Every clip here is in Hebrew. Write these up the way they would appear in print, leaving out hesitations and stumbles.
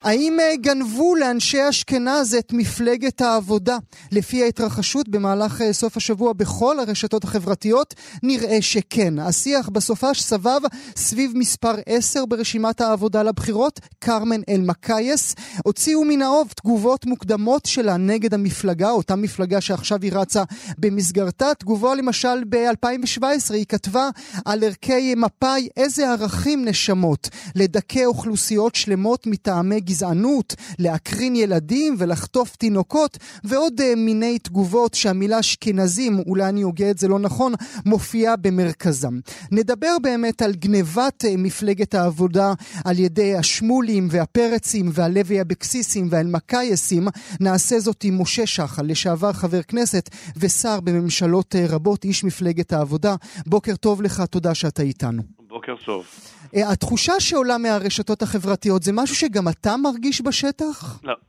האם גנבו לאנשי אשכנז את מפלגת העבודה? לפי ההתרחשות במהלך סוף השבוע בכל הרשתות החברתיות, נראה שכן. השיח בסופש סבב סביב מספר 10 ברשימת העבודה לבחירות, קרמן אלמקייס. הוציאו מן האוב תגובות מוקדמות שלה נגד המפלגה, אותה מפלגה שעכשיו היא רצה במסגרתה. תגובה למשל ב-2017 היא כתבה על ערכי מפאי, איזה ערכים נשמות, לדכא אוכלוסיות שלמות מטעמי גזענות, להקרין ילדים ולחטוף תינוקות, ועוד מיני תגובות שהמילה אשכנזים, אולי אני הוגה את זה לא נכון, מופיעה במרכזם. נדבר באמת על גנבת מפלגת העבודה על ידי השמולים והפרצים והלוי אבקסיסים והאלמקייסים. נעשה זאת עם משה שחל, לשעבר חבר כנסת ושר בממשלות רבות, איש מפלגת העבודה. בוקר טוב לך, תודה שאתה איתנו. בוקר טוב. התחושה שעולה מהרשתות החברתיות זה משהו שגם אתה מרגיש בשטח? לא.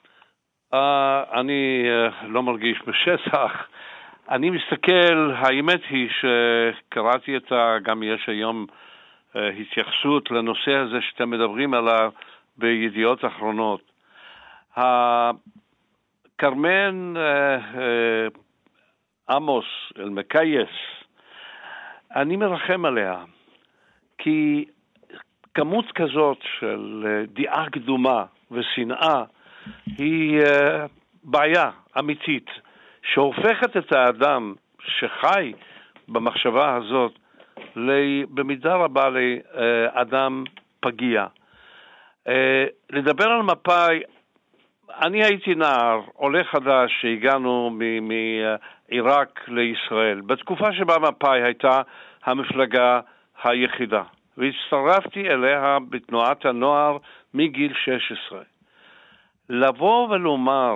אני לא מרגיש בשטח. אני מסתכל, האמת היא שקראתי גם יש היום התייחסות לנושא הזה שאתם מדברים עליו בידיעות אחרונות. קרמן עמוס אלמקייס, אני מרחם עליה, כי כמות כזאת של דעה קדומה ושנאה היא בעיה אמיתית, שהופכת את האדם שחי במחשבה הזאת במידה רבה לאדם פגיע. לדבר על מפאי, אני הייתי נער, עולה חדש שהגענו מעיראק לישראל, בתקופה שבה מפאי הייתה המפלגה היחידה, והצטרפתי אליה בתנועת הנוער מגיל 16. לבוא ולומר,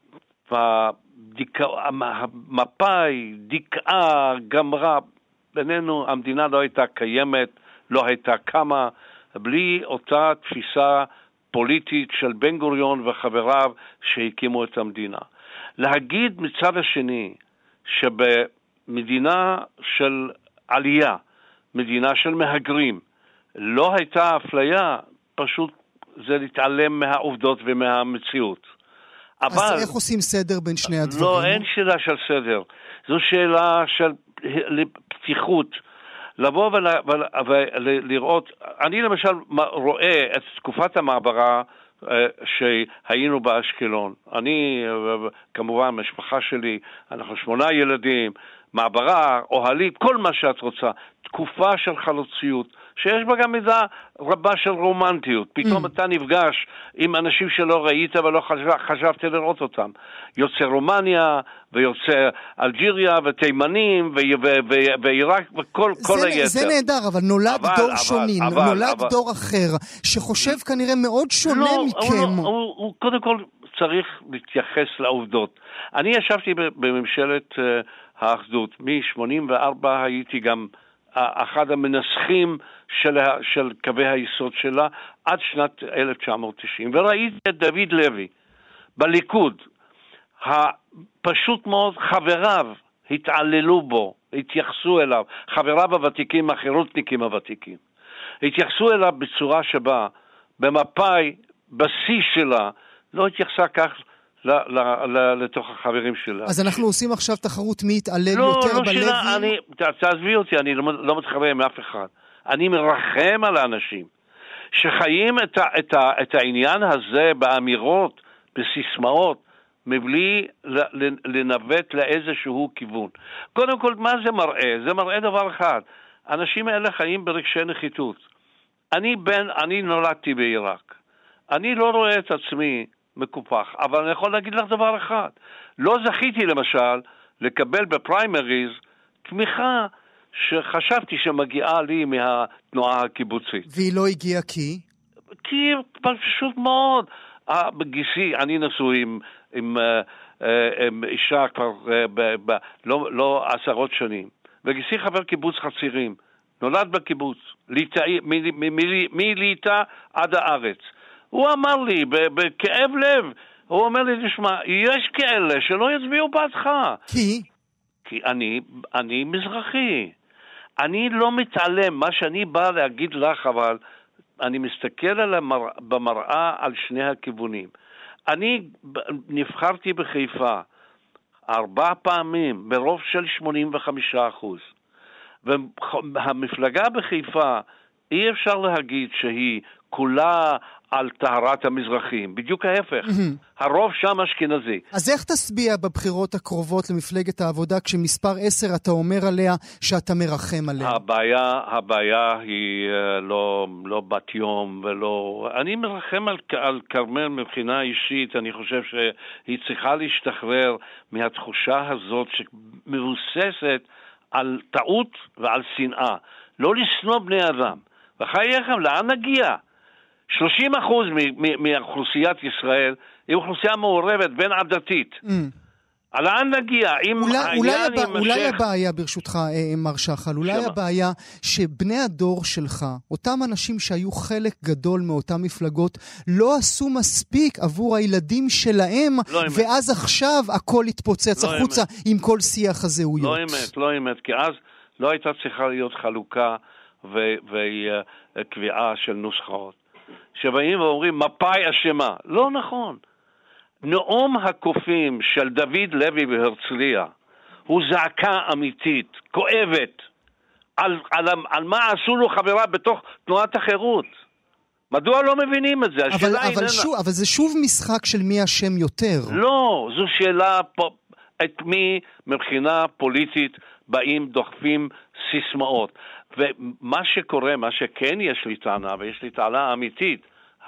מפאי דיכאה, גמרה, בינינו המדינה לא הייתה קיימת, לא הייתה קמה, בלי אותה תפיסה פוליטית של בן גוריון וחבריו שהקימו את המדינה. להגיד מצד השני שבמדינה של עלייה, מדינה של מהגרים, לא הייתה אפליה, פשוט זה להתעלם מהעובדות ומהמציאות. אז איך עושים סדר בין שני הדברים? לא, אין שאלה של סדר. זו שאלה של פתיחות. לבוא ולראות, אני למשל רואה את תקופת המעברה שהיינו באשקלון. אני, כמובן, המשפחה שלי, אנחנו 8 ילדים, מעברה, אוהלית, כל מה שאת רוצה. תקופה של חלוציות, שיש בה גם מידה רבה של רומנטיות. פתאום אתה נפגש עם אנשים שלא ראית ולא חשבת לראות אותם. יוצא רומניה, ויוצא אלג'יריה, ותימנים, ועיראק, וכל היתר. זה נהדר, אבל נולד דור שונים, נולד דור אחר, שחושב כנראה מאוד שונה מכם. הוא קודם כל צריך להתייחס לעובדות. אני ישבתי בממשלת האחדות, מ-84 הייתי גם אחד המנסחים של קווי היסוד שלה עד שנת 1990, וראיתי את דוד לוי בליכוד, פשוט מאוד חבריו התעללו בו, התייחסו אליו, חבריו הוותיקים, החירותניקים הוותיקים, התייחסו אליו בצורה שבה במפאי, בשיא שלה, לא התייחסה כך לתוך החברים שלה. אז אנחנו עושים עכשיו תחרות מי יתעלל יותר בלוי? תעזבי אותי, אני לא מתחרה עם אף אחד. אני מרחם על האנשים שחיים את העניין הזה באמירות, בסיסמאות, מבלי לנווט לאיזשהו כיוון. קודם כל, מה זה מראה? זה מראה דבר אחד. האנשים האלה חיים ברגשי נחיתות. אני נולדתי בעיראק. אני לא רואה את עצמי מקופח, אבל אני יכול להגיד לך דבר אחד. לא זכיתי למשל לקבל בפריימריז תמיכה שחשבתי שמגיעה לי מהתנועה הקיבוצית. והיא לא הגיעה כי? כי פשוט מאוד. בגיסי, אני נשוי עם אישה כבר לא 10 שנים. וגיסי חבר קיבוץ חצירים. נולד בקיבוץ. מליטה עד הארץ. הוא אמר לי, בכאב לב, הוא אומר לי, תשמע, יש כאלה שלא יצביעו בעדך. כי אני מזרחי. אני לא מתעלם, מה שאני בא להגיד לך, אבל אני מסתכל במראה על שני הכיוונים. אני נבחרתי בחיפה 4 פעמים ברוב של 85%. והמפלגה בחיפה, אי אפשר להגיד שהיא כולה על טהרת המזרחים, בדיוק ההפך. הרוב שם אשכנזי. אז איך תסביע בבחירות הקרובות למפלגת העבודה, כשמספר 10 אתה אומר עליה שאתה מרחם עליה? הבעיה היא לא בת יום ולא... אני מרחם על כרמל מבחינה אישית. אני חושב שהיא צריכה להשתחרר מהתחושה הזאת שמבוססת על טעות ועל שנאה. לא לשנוא בני אדם. וחייכם, לאן נגיע? 30% מאוכלוסיית ישראל היא אוכלוסייה מעורבת בין עדתית. לאן נגיע? אולי הבעיה, ברשותך, מר שחל, אולי הבעיה שבני הדור שלך, אותם אנשים שהיו חלק גדול מאותם מפלגות, לא עשו מספיק עבור הילדים שלהם, ואז עכשיו הכל התפוצץ החוצה עם כל שיח הזהויות. לא אמת, כי אז לא הייתה צריכה להיות חלוקה וקביעה של נוסחאות. שבאים ואומרים, מפאי אשמה. לא נכון. נאום הקופים של דוד לוי בהרצליה הוא זעקה אמיתית, כואבת, על מה עשו לו חברה בתוך תנועת החירות. מדוע לא מבינים את זה? אבל זה שוב משחק של מי אשם יותר. לא, זו שאלה את מי מבחינה פוליטית באים דוחפים סיסמאות. ומה שקורה, מה שכן יש לי טענה, ויש לי טענה אמיתית,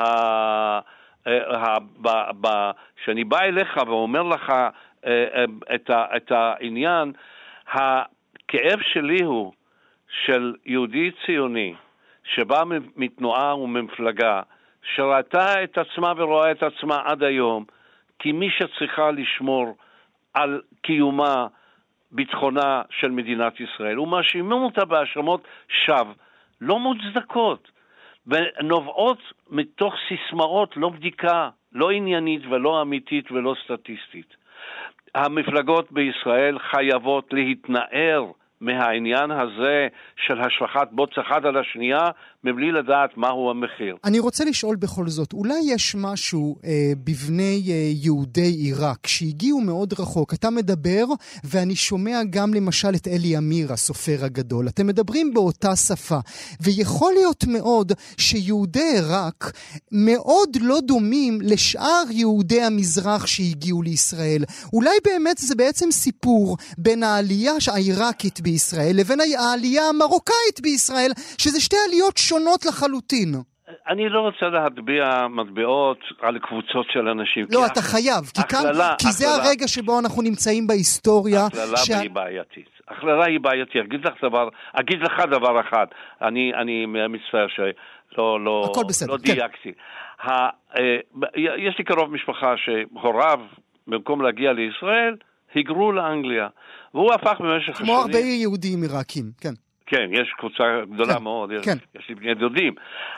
שאני בא אליך ואומר לך את העניין, הכאב שלי הוא של יהודי ציוני, שבא מתנועה וממפלגה, שראתה את עצמה ורואה את עצמה עד היום, כי מי שצריכה לשמור על קיומה, ביטחונה של מדינת ישראל, ומאשימים אותה בהאשמות שווא, לא מוצדקות, ונובעות מתוך סיסמאות, לא בדיקה, לא עניינית ולא אמיתית ולא סטטיסטית. המפלגות בישראל חייבות להתנער מהעניין הזה של השלכת בוץ אחד על השנייה, מבלי לדעת מהו המחיר. אני רוצה לשאול בכל זאת, אולי יש משהו בבני יהודי עיראק שהגיעו מאוד רחוק? אתה מדבר, ואני שומע גם למשל את אלי אמיר, הסופר הגדול. אתם מדברים באותה שפה, ויכול להיות מאוד שיהודי עיראק מאוד לא דומים לשאר יהודי המזרח שהגיעו לישראל. אולי באמת זה בעצם סיפור בין העלייה העיראקית בישראל לבין העלייה המרוקאית בישראל, שזה שתי עליות שונות לחלוטין. אני לא רוצה להטביע מטבעות על קבוצות של אנשים. לא, אתה חייב, כי זה הרגע שבו אנחנו נמצאים בהיסטוריה. הכללה היא בעייתית. הכללה היא בעייתית. אגיד לך דבר אחד. אני מצטער שלא דייקתי. יש לי קרוב משפחה שהוריו, במקום להגיע לישראל, היגרו לאנגליה. והוא הפך במשך השנים... כמו הרבה יהודים עיראקים, כן. כן, יש קבוצה גדולה מאוד, יש לי בני דודים.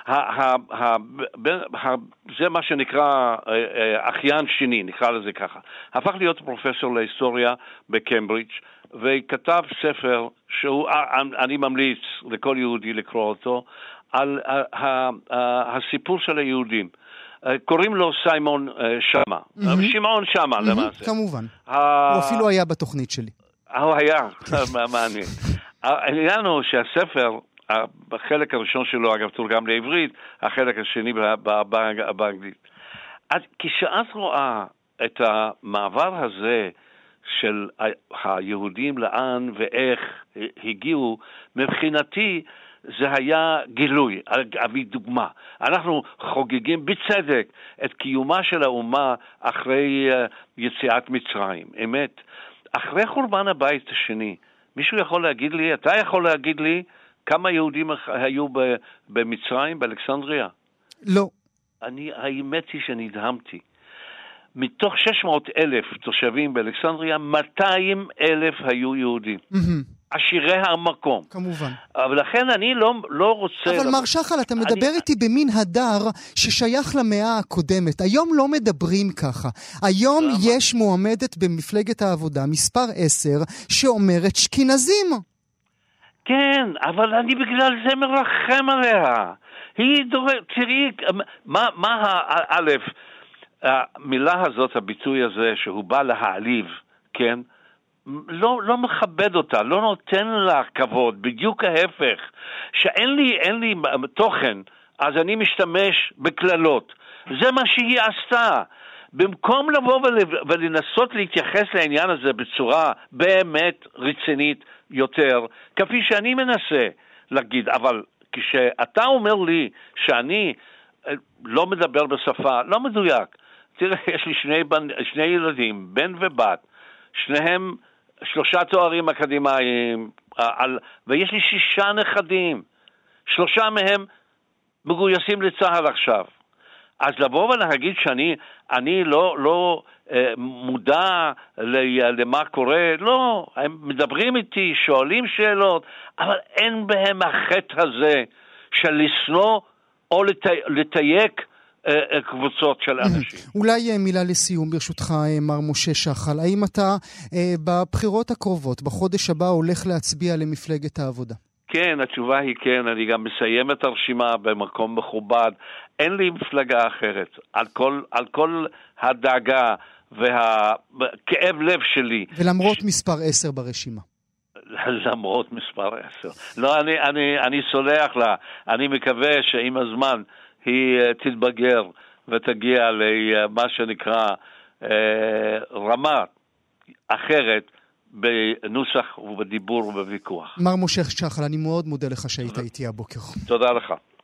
זה מה שנקרא אחיין שני, נקרא לזה ככה. הפך להיות פרופסור להיסטוריה בקמברידג' וכתב ספר אני ממליץ לכל יהודי לקרוא אותו, על הסיפור של היהודים. קוראים לו סיימון שמה, שמעון שמה למעשה. כמובן, הוא אפילו היה בתוכנית שלי. הוא היה, מעניין. העניין הוא שהספר, החלק הראשון שלו, אגב, תורגם לעברית, החלק השני באנגלית. כשאת רואה את המעבר הזה של היהודים לאן ואיך הגיעו, מבחינתי זה היה גילוי, אביא דוגמה. אנחנו חוגגים בצדק את קיומה של האומה אחרי יציאת מצרים. אמת, אחרי חורבן הבית השני, מישהו יכול להגיד לי, אתה יכול להגיד לי, כמה יהודים היו במצרים, באלכסנדריה? לא. האמת היא שנדהמתי. מתוך 600,000 תושבים באלכסנדריה, 200,000 היו יהודים. עשירי המקום. כמובן. אבל לכן אני לא רוצה... אבל מר שחל, אתה מדבר איתי במין הדר ששייך למאה הקודמת. היום לא מדברים ככה. היום יש מועמדת במפלגת העבודה, מספר 10, שאומרת אשכנזים. כן, אבל אני בגלל זה מרחם עליה. תראי, א', המילה הזאת, הביטוי הזה, שהוא בא להעליב, כן? לא מכבד אותה, לא נותן לה כבוד, בדיוק ההפך. שאין לי תוכן, אז אני משתמש בכללות. זה מה שהיא עשתה. במקום לבוא ולנסות להתייחס לעניין הזה בצורה באמת רצינית יותר, כפי שאני מנסה להגיד, אבל כשאתה אומר לי שאני לא מדבר בשפה, לא מדויק. תראה, יש לי שני ילדים, בן ובת, שניהם 3 תוארים אקדמיים, ויש לי 6 נכדים, 3 מהם מגויסים לצה"ל עכשיו. אז לבוא ולהגיד שאני לא מודע למה קורה, לא, הם מדברים איתי, שואלים שאלות, אבל אין בהם החטא הזה של לשנוא או לתייק קבוצות של אנשים. אולי מילה לסיום ברשותך, מר משה שחל, האם אתה בבחירות הקרובות, בחודש הבא, הולך להצביע למפלגת העבודה? כן, התשובה היא כן, אני גם מסיים את הרשימה במקום מכובד, אין לי מפלגה אחרת, על כל הדאגה והכאב לב שלי. ולמרות מספר 10 ברשימה. למרות מספר 10. לא, אני סולח לה, אני מקווה שעם הזמן היא תתבגר ותגיע למה שנקרא רמה אחרת, בנוסח ובדיבור ובוויכוח. מר משה שחל, אני מאוד מודה לך שהיית איתי הבוקר. תודה לך.